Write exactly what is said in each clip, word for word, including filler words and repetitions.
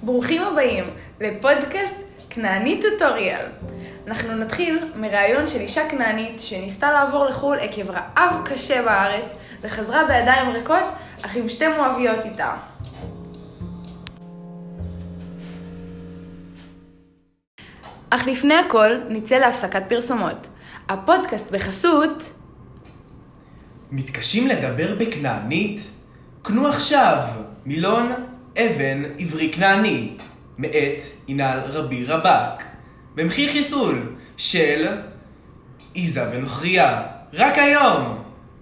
ברוכים הבאים לפודקאסט כנעני טוטוריאל. אנחנו נתחיל מראיון של אישה כנענית שניסתה לעבור לחול עקב רעב קשה בארץ וחזרה בידיים ריקות, אך עם שתי מואביות איתה. אך לפני הכל נצא להפסקת פרסומות. הפודקאסט בחסות... מתקשים לדבר בכנענית? קנו עכשיו מילון אבן עברי כנעני מאת עינל רבי רבק במחיר חיסול של איזה ונוכריה רק היום.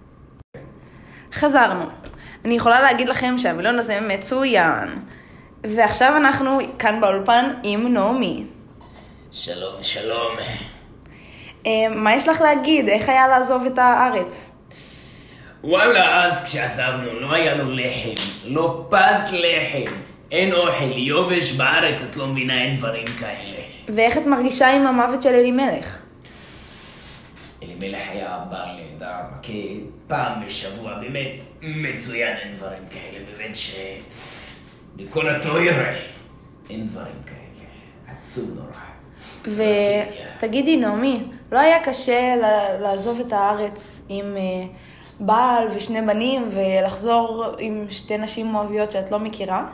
חזרנו. אני יכולה להגיד לכם שהמילון הזה מצוין. ועכשיו אנחנו כאן באולפן עם נעמי. שלום, שלום. מה יש לך להגיד? איך היה לעזוב את הארץ? וואלה, אז כשעזבנו לא היה לו לחם, לא פת לחם, אין אוכל, יובש בארץ, את לא מבינה, אין דברים כאלה. ואיך את מרגישה עם המוות של אלימלך? אלימלך היה בר נהדר, כי פעם בשבוע, באמת מצוין, אין דברים כאלה, באמת ש... בכל התוירה אין דברים כאלה, עצוב נורא. ותגידי נעמי, לא היה קשה לעזוב את הארץ עם בעל ושני בנים ולחזור עם שתי נשים מואביות שאת לא מכירה?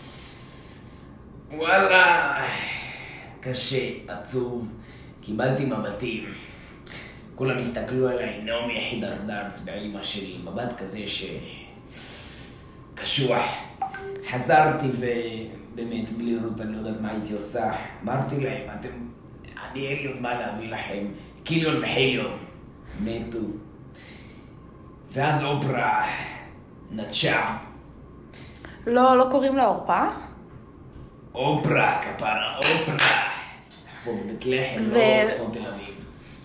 וואלה, קשה, עצוב, קיבלתי מבטים. כולם הסתכלו עליי, נעמי הכי דרדרת באמא שלי, מבט כזה שקשוח. חזרתי ובאמת בלי לראות, אני לא יודעת מה הייתי עושה. אמרתי להם, אתם, אני אין לי עוד מה להביא לכם, קיליון וחיליון, מתו. ואז אופרה נטשה. לא, לא קוראים לה אורפה? אופרה, כפרה, אופרה. פה בבית לחם, ו... לא צפון תל אביב.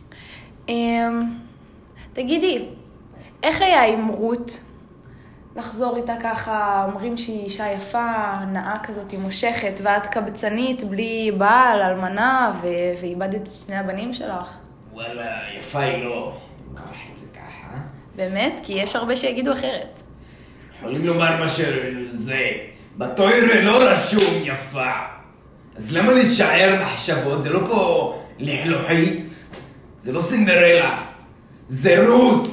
תגידי, איך היה עם רות? לחזור איתה ככה, אומרים שהיא אישה יפה, נאה כזאת, היא מושכת, ואת קבצנית, בלי בעל, אלמנה, ו... ואיבדת את שני הבנים שלך. וואלה, יפה היא לא. אני מקרח את זה ככה. באמת? כי יש הרבה שיגידו אחרת. יכולים לומר מה שזה. בתוירה לא רשום יפה. אז למה לשער מחשבות? זה לא פה לחלוחית. זה לא סינדרלה. זה רות.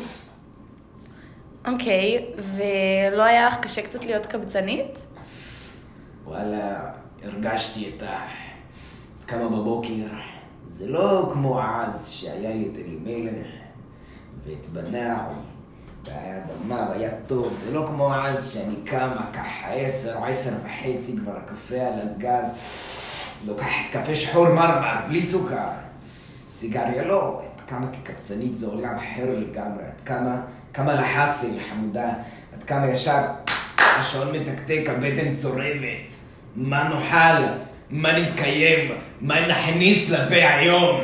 אוקיי, ולא היה לך קשה קצת להיות קבצנית? וואלה, הרגשתי את ה... כמה בבוקר. זה לא כמו אז שהיה לי את אלימלך ואת בניו. והיה דמה והיה טוב. זה לא כמו אז שאני קמה ככה עשר או עשר וחצי כבר הקפה על הגז. לוקחת קפה שחור מרמר, בלי סוכר. סיגריה לא. את כמה כקבצנית זה עולם אחר לגמרי. את כמה, כמה לחסל, חמודה. את כמה ישר השעון מתקתק, הבטן צורבת. מה נאכל? מה נתקיים? מה נכניס לפה היום?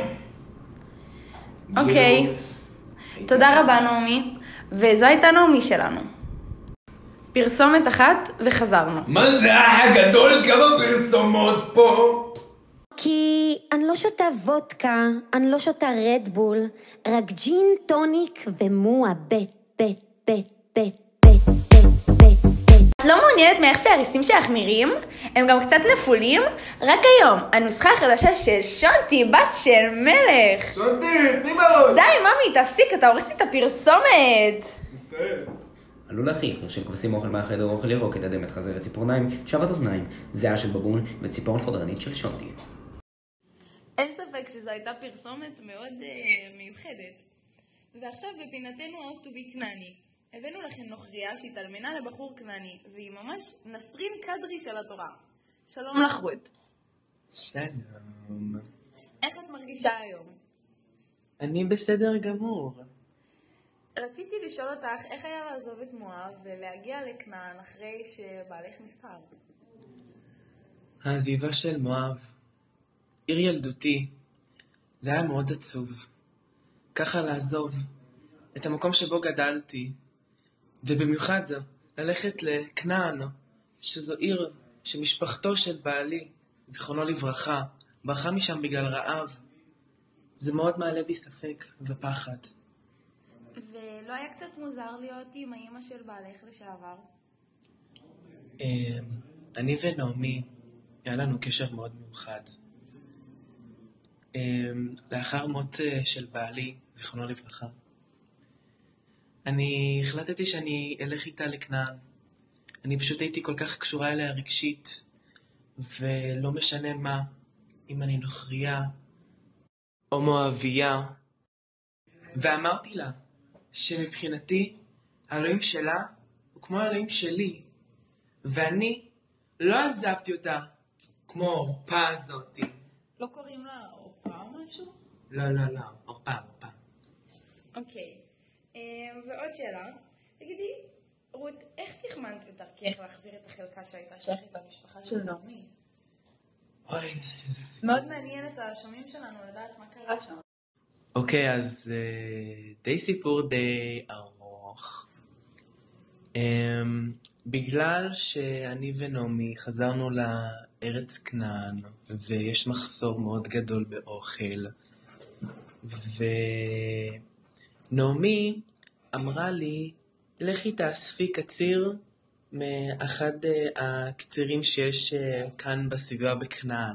אוקיי. תודה רבה נעמי. וזו הייתה נעמי שלנו. פרסומת אחת וחזרנו. מה זה האח הגדול? כמה פרסומות פה? כי אני לא שותה וודקה, אני לא שותה רדבול, רק ג'ין טוניק ומואה בית, בית, בית, בית, בית, בית, בית, בית. את לא מעוניינת מאיך שהריסים שלך נראים? הם גם קצת נפולים? רק היום, הנוסחה החדשה של שונטי, בת של מלך. שונטי, תני בראש. די, ממי, תפסיק, אתה הורס לי את הפרסומת. מצטער. עלול להכיל, של כבשים אוכל מהחדר, אוכל ירוק, את אדמת, חזרת ציפורניים, שבת אוזניים, זיעה של בבון וציפורן חודרנית של שונטי. אין ספק שזו הייתה פרסומת מאוד uh, מיוחדת. ועכשיו בפינתנו עוד טובי כנעני. הבאנו לכם נוכריה שהתאלמנה לבחור כנעני, והיא ממש נסרין קדרי של התורה. שלום לך רות. שלום. איך את מרגישה היום? אני בסדר גמור. רציתי לשאול אותך איך היה לעזוב את מואב ולהגיע לכנען אחרי שבעלך נפטר. העזיבה של מואב, עיר ילדותי, זה היה מאוד עצוב. ככה לעזוב את המקום שבו גדלתי, ובמיוחד ללכת לכנען, שזו עיר שמשפחתו של בעלי, זיכרונו לברכה, ברחה משם בגלל רעב. זה מאוד מעלה בי ספק ופחד. ולא היה קצת מוזר להיות עם האמא של בעלך לשעבר? אני ונעמי היה לנו קשר מאוד מיוחד. לאחר מות של בעלי, זיכרונו לברכה, אני החלטתי שאני אלך איתה לכנען. אני פשוט הייתי כל כך קשורה אליה רגשית, ולא משנה מה, אם אני נוכריה או מואביה. ואמרתי לה שמבחינתי האלוהים שלה הוא כמו האלוהים שלי, ואני לא עזבתי אותה כמו אורפה הזאתי. לא קוראים לה אורפה או משהו? לא, לא, לא, אורפה, אורפה. אוקיי. ועוד שאלה, תגידי, רות, איך תכמנת את דרכך להחזיר את החלקה שהייתה שייכת למשפחה של נעמי? אוי, זה... מאוד מעניין את השומעים שלנו לדעת מה קרה שם. אוקיי, אז די סיפור די ארוך. בגלל שאני ונעמי חזרנו לארץ כנען, ויש מחסור מאוד גדול באוכל, ונעמי אמרה לי, לכי תאספי קציר מאחד הקצירים שיש כאן בסביבה בכנען.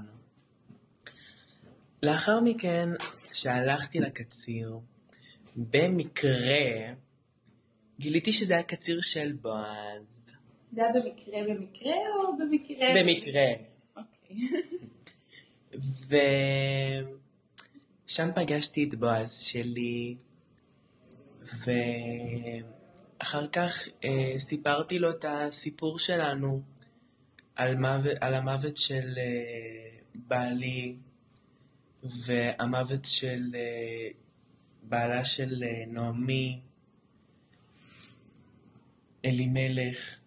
לאחר מכן, כשהלכתי לקציר, במקרה, גיליתי שזה היה קציר של בועז. זה היה במקרה במקרה או במקרה? במקרה. אוקיי. ושם פגשתי את בועז שלי, ואחר כך אה, סיפרתי לו את הסיפור שלנו על, מוות, על המוות של אה, בעלי, והמוות של אה, בעלה של אה, נעמי, אלימלך.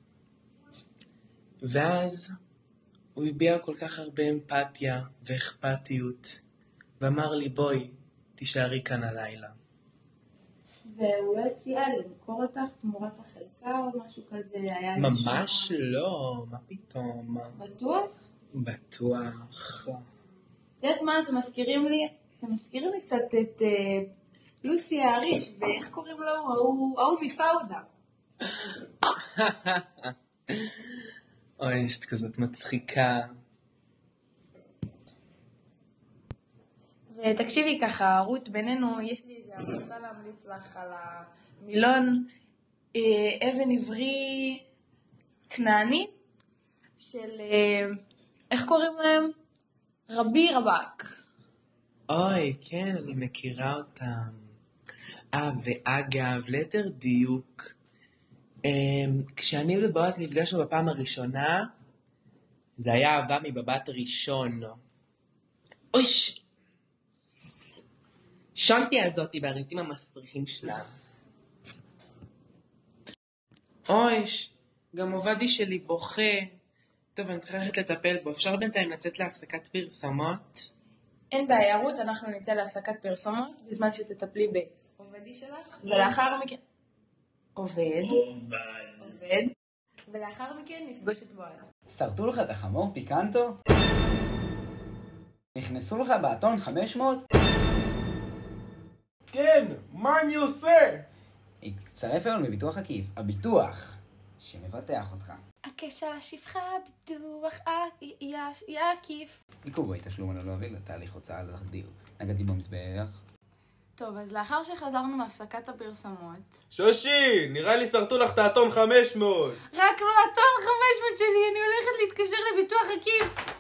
ואז הוא הביע כל כך הרבה אמפתיה ואכפתיות, ואמר לי, בואי, תישארי כאן הלילה. והוא לא הציע למכור אותך תמורת החלקה או משהו כזה? היה ממש לא, מה פתאום? בטוח? בטוח. את יודעת מה, אתם מזכירים לי? אתם מזכירים לי קצת את uh, לוסי האריש, ואיך קוראים לו? ההוא מפאודה. אוי, יש כזאת מצחיקה. ותקשיבי ככה, רות, בינינו, יש לי איזה המלצה להמליץ לך על המילון אה, אבן עברי כנעני, של, אה, איך קוראים להם? רבי רבק. אוי, כן, אני מכירה אותם. אה, ואגב, ליתר דיוק, כשאני ובועז נפגשנו בפעם הראשונה, זה היה אהבה מבבת ראשון. אוי, שונטי הזאתי והריסים המסריחים שלה. אוי, גם עובדי שלי בוכה. טוב, אני צריכה ללכת לטפל בו. אפשר בינתיים לצאת להפסקת פרסומות? אין בעיה, רות, אנחנו נצא להפסקת פרסומות בזמן שתטפלי בעובדי שלך, ולאחר מכן... עובד. עובד. ולאחר מכן נפגוש את בועז. שרטו לך את החמור פיקנטו? נכנסו לך באתון חמש מאות? כן, מה אני עושה? הצטרף אלינו מביטוח עקיף, הביטוח שמבטח אותך. הקשר לשפחה, ביטוח עקיף. עיכוב בואי תשלום על לא להביא לתהליך הוצאה להחדיר. נגעתי במזבח. טוב, אז לאחר שחזרנו מהפסקת הפרסומות... שושי, נראה לי שרטו לך את האתון חמש מאות. רק לא האתון חמש מאות שלי, אני הולכת להתקשר לביטוח עקיף.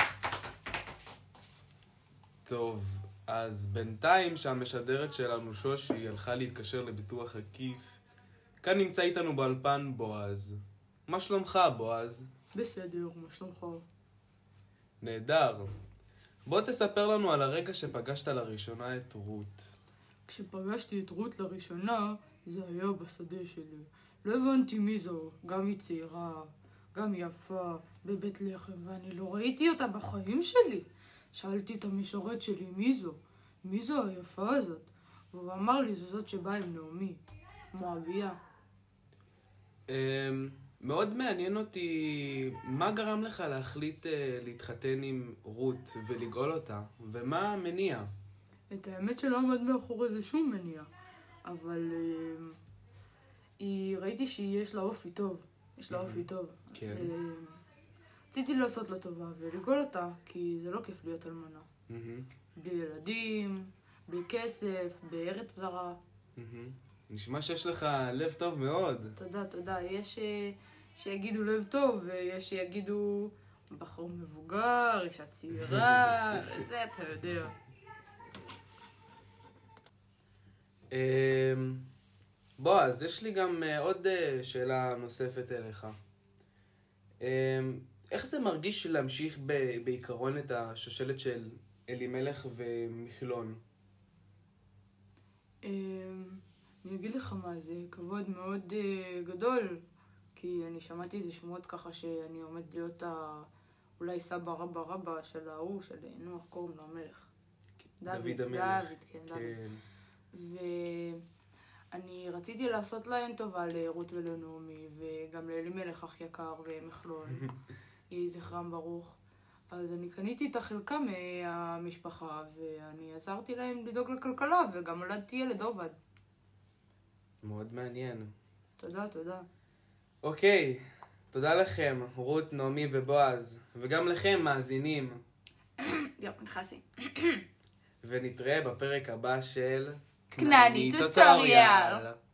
טוב, אז בינתיים שהמשדרת שלנו שושי הלכה להתקשר לביטוח עקיף, כאן נמצא איתנו באולפן בועז. מה שלומך, בועז? בסדר, מה שלומך? נהדר. בוא תספר לנו על הרגע שפגשת לראשונה את רות. כשפגשתי את רות לראשונה, זה היה בשדה שלי. לא הבנתי מי זו, גם היא צעירה, גם יפה, בבית לחם, ואני לא ראיתי אותה בחיים שלי. שאלתי את המשרת שלי, מי זו? מי זו היפה הזאת? והוא אמר לי, זו זאת שבאה עם נעמי, מואביה. מאוד מעניין אותי, מה גרם לך להחליט להתחתן עם רות ולגאול אותה, ומה המניע? את האמת שלא עמד מאחורי זה שום מניע, אבל אה, היא, ראיתי שיש לה אופי טוב, יש לה אופי טוב. כן. אז, אה, רציתי לעשות לה טובה ולגאול אותה, כי זה לא כיף להיות אלמנה. מהמם, בלי ילדים, בלי כסף, בארץ זרה. מהמם. נשמע שיש לך לב טוב מאוד. תודה, תודה. יש אה, שיגידו לב טוב, ויש שיגידו בחור מבוגר, אישה צעירה, זה אתה יודע. אמ, בועז, יש לי גם אה, עוד אה, שאלה נוספת אליך. אמ, איך זה מרגיש להמשיך ב- בעיקרון את השושלת של אלימלך ומכלון? אה, אני אגיד לך מה, זה כבוד מאוד אה, גדול, כי אני שמעתי איזה שמועות ככה שאני עומד להיות ה... אולי סבא רבא רבא של ההוא, של נוח, קוראים לו המלך. דוד המלך. דוד, כן, דוד. כן. ואני רציתי לעשות להם טובה לרות ולנעמי, וגם לאלימלך אח יקר ומכלון, יהי זכרם ברוך. אז אני קניתי את החלקה מהמשפחה, ואני עזרתי להם לדאוג לכלכלה, וגם הולדתי ילד עובד. מאוד מעניין. תודה, תודה. אוקיי, תודה לכם, רות, נעמי ובועז, וגם לכם, מאזינים. יופ, נכנסי. ונתראה בפרק הבא של כנעני טוטוריאל.